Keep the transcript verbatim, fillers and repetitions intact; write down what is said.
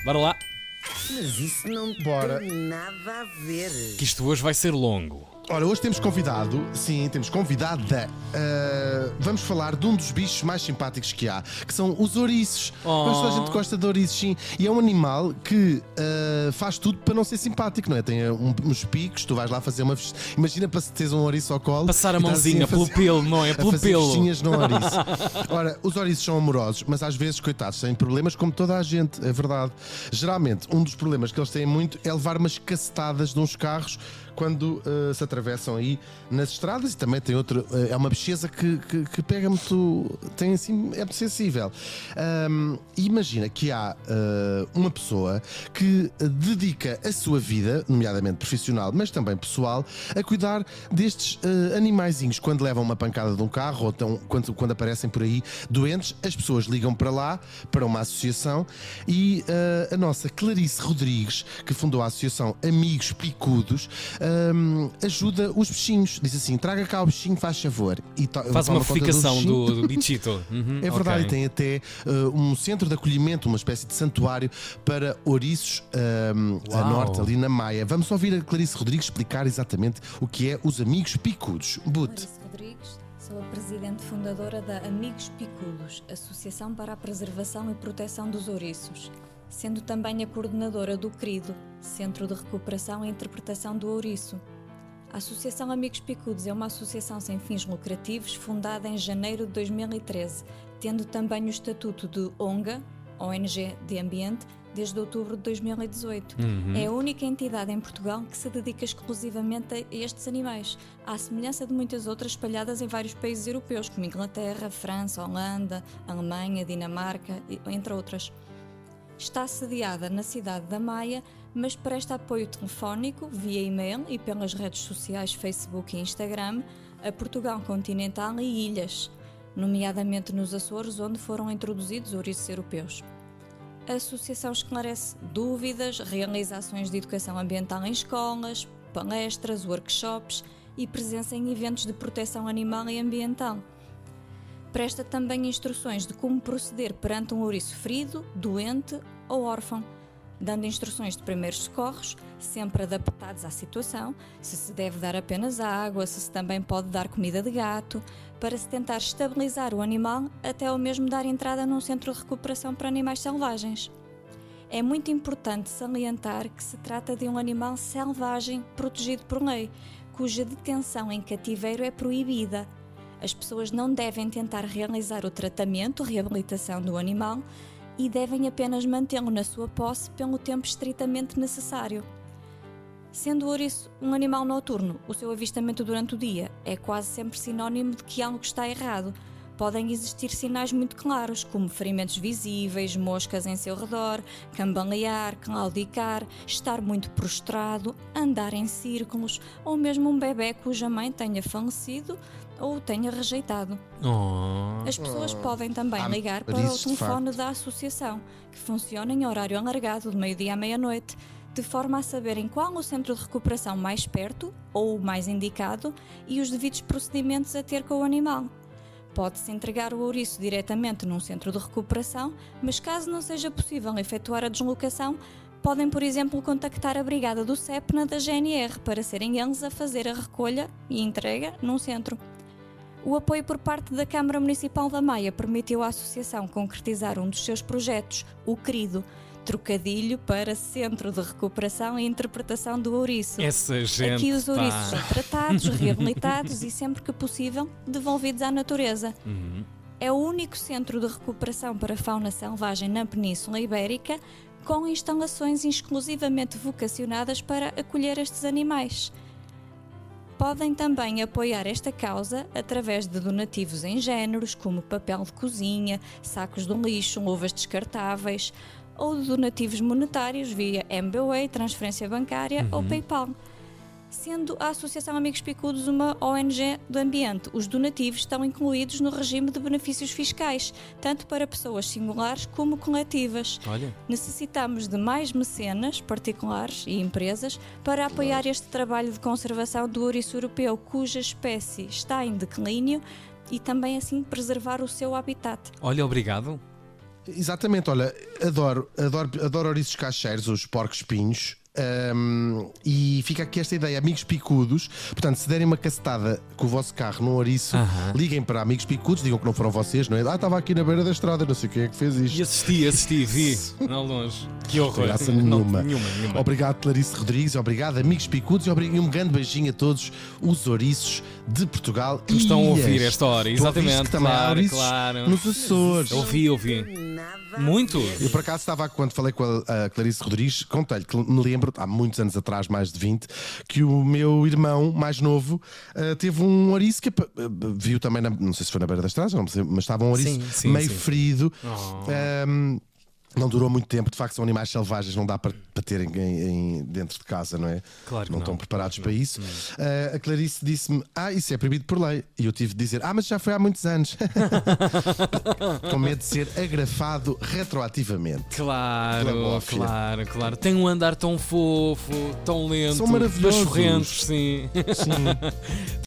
Bora lá. Mas isso não Bora. tem nada a ver. Que isto hoje vai ser longo. Ora, hoje temos convidado, sim, temos convidada. Uh, vamos falar de um dos bichos mais simpáticos que há, que são os ouriços. Oh. Mas toda a gente gosta de ouriços, sim. E é um animal que uh, faz tudo para não ser simpático, não é? Tem uh, um, uns picos, tu vais lá fazer uma. Imagina para teres um ouriço ao colo. Passar a e estás mãozinha assim a fazer- pelo pelo, não é? a Pelo fazer pelo. festinhas no ouriço. Ora, os ouriços são amorosos, mas às vezes, coitados, têm problemas como toda a gente, é verdade. Geralmente, um dos problemas que eles têm muito é levar umas cacetadas de uns carros quando uh, se atravessam aí nas estradas. E também tem outro, uh, é uma bicheza que, que, que pega muito, tem assim, é muito sensível. Um, imagina que há uh, uma pessoa que dedica a sua vida, nomeadamente profissional, mas também pessoal, a cuidar destes uh, animaizinhos. Quando levam uma pancada de um carro ou tão, quando, quando aparecem por aí doentes, as pessoas ligam para lá, para uma associação, e uh, a nossa Clarice Rodrigues, que fundou a associação Amigos Picudos, um, ajuda os bichinhos. Diz assim: traga cá o bichinho, faz favor. E to- Faz toma uma conta do ficação bichinho. do, do bichito. Uhum, É verdade, ok. e tem até uh, um centro de acolhimento, uma espécie de santuário para ouriços um, a Uau. norte, ali na Maia. Vamos ouvir a Clarice Rodrigues explicar exatamente o que é os Amigos Picudos. But. Clarice Rodrigues, sou a presidente fundadora da Amigos Picudos, Associação para a Preservação e Proteção dos Ouriços, sendo também a coordenadora do CRIDO, Centro de Recuperação e Interpretação do Ouriço. A Associação Amigos Picudos é uma associação sem fins lucrativos fundada em janeiro de dois mil e treze, tendo também o estatuto de ONGA, O N G de Ambiente, desde outubro de dois mil e dezoito. Uhum. É a única entidade em Portugal que se dedica exclusivamente a estes animais, à semelhança de muitas outras espalhadas em vários países europeus, como Inglaterra, França, Holanda, Alemanha, Dinamarca, entre outras. Está sediada na cidade da Maia, mas presta apoio telefónico, via e-mail e pelas redes sociais Facebook e Instagram a Portugal continental e ilhas, nomeadamente nos Açores, onde foram introduzidos ouriços europeus. A associação esclarece dúvidas, realiza ações de educação ambiental em escolas, palestras, workshops e presença em eventos de proteção animal e ambiental. Presta também instruções de como proceder perante um ouriço ferido, doente ou órfão, dando instruções de primeiros socorros, sempre adaptados à situação, se se deve dar apenas água, se se também pode dar comida de gato, para se tentar estabilizar o animal até ao mesmo dar entrada num centro de recuperação para animais selvagens. É muito importante salientar que se trata de um animal selvagem protegido por lei, cuja detenção em cativeiro é proibida. As pessoas não devem tentar realizar o tratamento ou reabilitação do animal e devem apenas mantê-lo na sua posse pelo tempo estritamente necessário. Sendo o ouriço um animal noturno, o seu avistamento durante o dia é quase sempre sinónimo de que algo está errado. Podem existir sinais muito claros, como ferimentos visíveis, moscas em seu redor, cambalear, claudicar, estar muito prostrado, andar em círculos, ou mesmo um bebê cuja mãe tenha falecido ou o tenha rejeitado. Oh. As pessoas podem também Há ligar para o ouriços, de telefone facto. da associação, que funciona em horário alargado de meio-dia à meia-noite, de forma a saberem qual o centro de recuperação mais perto ou o mais indicado e os devidos procedimentos a ter com o animal. Pode-se entregar o ouriço diretamente num centro de recuperação, mas caso não seja possível efetuar a deslocação, podem, por exemplo, contactar a brigada do SEPNA da G N R para serem eles a fazer a recolha e entrega num centro. O apoio por parte da Câmara Municipal da Maia permitiu à associação concretizar um dos seus projetos, o CRIDO, trocadilho para Centro de Recuperação e Interpretação do Ouriço. Essa gente. Aqui os ouriços pá. são tratados, reabilitados e, sempre que possível, devolvidos à natureza. Uhum. É o único centro de recuperação para fauna selvagem na Península Ibérica, com instalações exclusivamente vocacionadas para acolher estes animais. Podem também apoiar esta causa através de donativos em géneros, como papel de cozinha, sacos de lixo, luvas descartáveis, ou de donativos monetários via M B W A Y, transferência bancária Uhum. ou PayPal. Sendo a Associação Amigos Picudos uma O N G do ambiente, os donativos estão incluídos no regime de benefícios fiscais, tanto para pessoas singulares como coletivas. Olha. Necessitamos de mais mecenas, particulares e empresas, para apoiar este trabalho de conservação do ouriço europeu, cuja espécie está em declínio, e também assim preservar o seu habitat. Olha, obrigado. Exatamente, olha, adoro, adoro, adoro ouriços cacheiros, os porcos espinhos. Um, e fica aqui esta ideia, amigos picudos. Portanto, se derem uma cacetada com o vosso carro no ouriço, Aham. liguem para amigos picudos, digam que não foram vocês, não é? Ah, estava aqui na beira da estrada, não sei quem é que fez isto. E assisti, assisti, vi. Não longe. Que horror. Graça Não, nenhuma. nenhuma, nenhuma. Obrigado, Clarice Rodrigues, obrigado, amigos picudos, e obri- e um grande beijinho a todos os ouriços de Portugal. Que estão a e ouvir as- esta hora, Tu ouviste exatamente, que também há claro, ouriços claro. nos Açores. Ouvi, ouvi. Nada a Muito. Eu por acaso estava, quando falei com a, a Clarice Rodrigues, contei-lhe que me lembro, há muitos anos atrás, mais de vinte, que o meu irmão mais novo ah, teve um ouriço que apa- ah, viu também, na- não sei se foi na beira das estradas, não sei, mas estava um ouriço Sim, sim, meio sim. ferido. Oh. Ahm, não durou muito tempo, de facto são animais selvagens, não dá para, para terem em- em- dentro de casa, não é? Claro que não não, estão preparados claro para que isso. Ah, a Clarice disse-me: Ah, isso é proibido por lei. E eu tive de dizer: Ah, mas já foi há muitos anos. Com medo de ser agrafado retroativamente. Pela Claro, bófia. claro, claro. Tem um andar tão fofo, tão lento. São maravilhosos. Pachorrentos, sim. Sim.